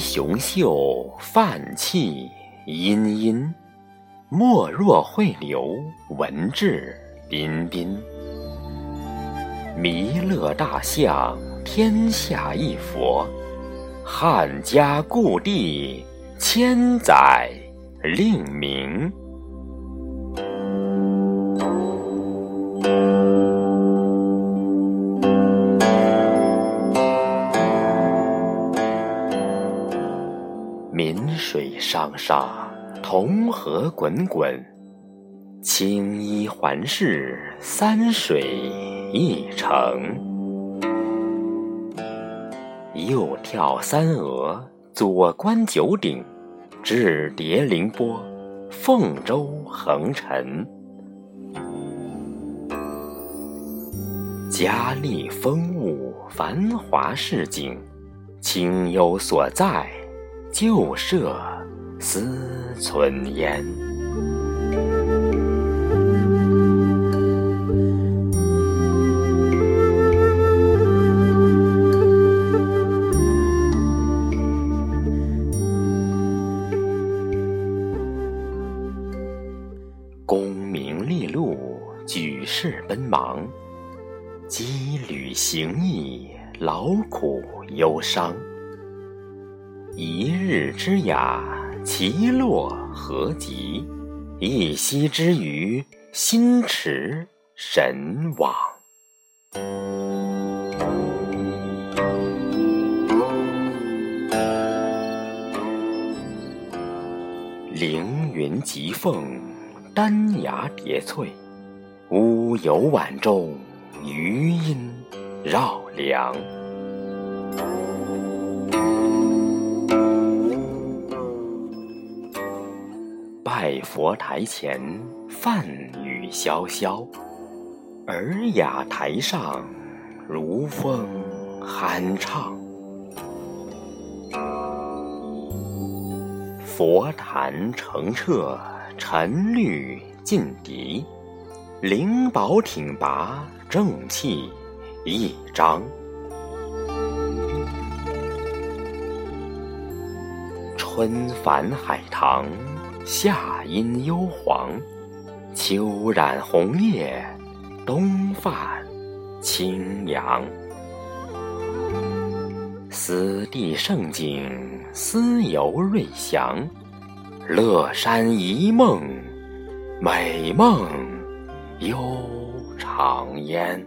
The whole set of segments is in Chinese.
雄秀，范气殷殷，莫若汇流，文质彬彬。弥勒大象，天下一佛，汉家故地，千载令名。沔水上上，铜河滚滚，青衣环视，三水一城。右眺三峨，左观九鼎，雉蝶凌波，凤洲横陈。佳丽风物，繁华市井，清幽所在，旧社思存焉。功名利禄，举世奔忙，羁旅行役，劳苦忧伤。一日之雅，其乐何极？一夕之娱，心驰神往。凌云急凤，丹崖叠翠，乌有晚钟，余音绕梁。拜佛台前，梵语萧萧，尔雅台上，如风酣畅。佛坛澄澈，沉绿尽涤，灵宝挺拔，正气一张。春繁海棠，夏阴幽黄，秋染红叶，冬泛青阳。思地胜景，思游瑞祥，乐山一梦，美梦悠长焉。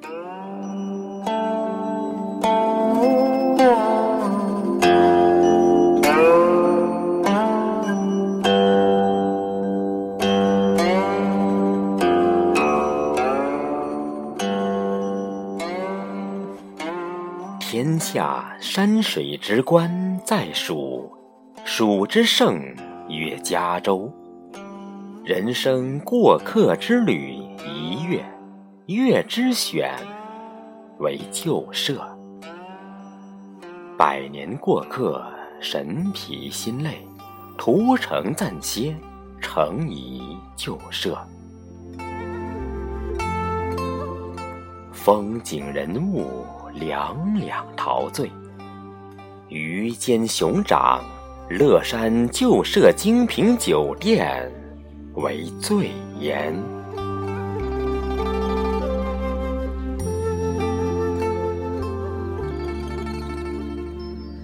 天下山水之观在蜀，蜀之胜曰嘉州。人生过客之旅一乐，乐之选为旧社。百年过客，神疲心累，途程暂歇，诚宜旧社。风景人物，两两陶醉，鱼间熊掌，乐山旧社精品酒店为最焉。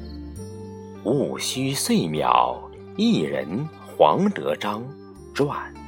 戊戌岁卯，一人黄德章传。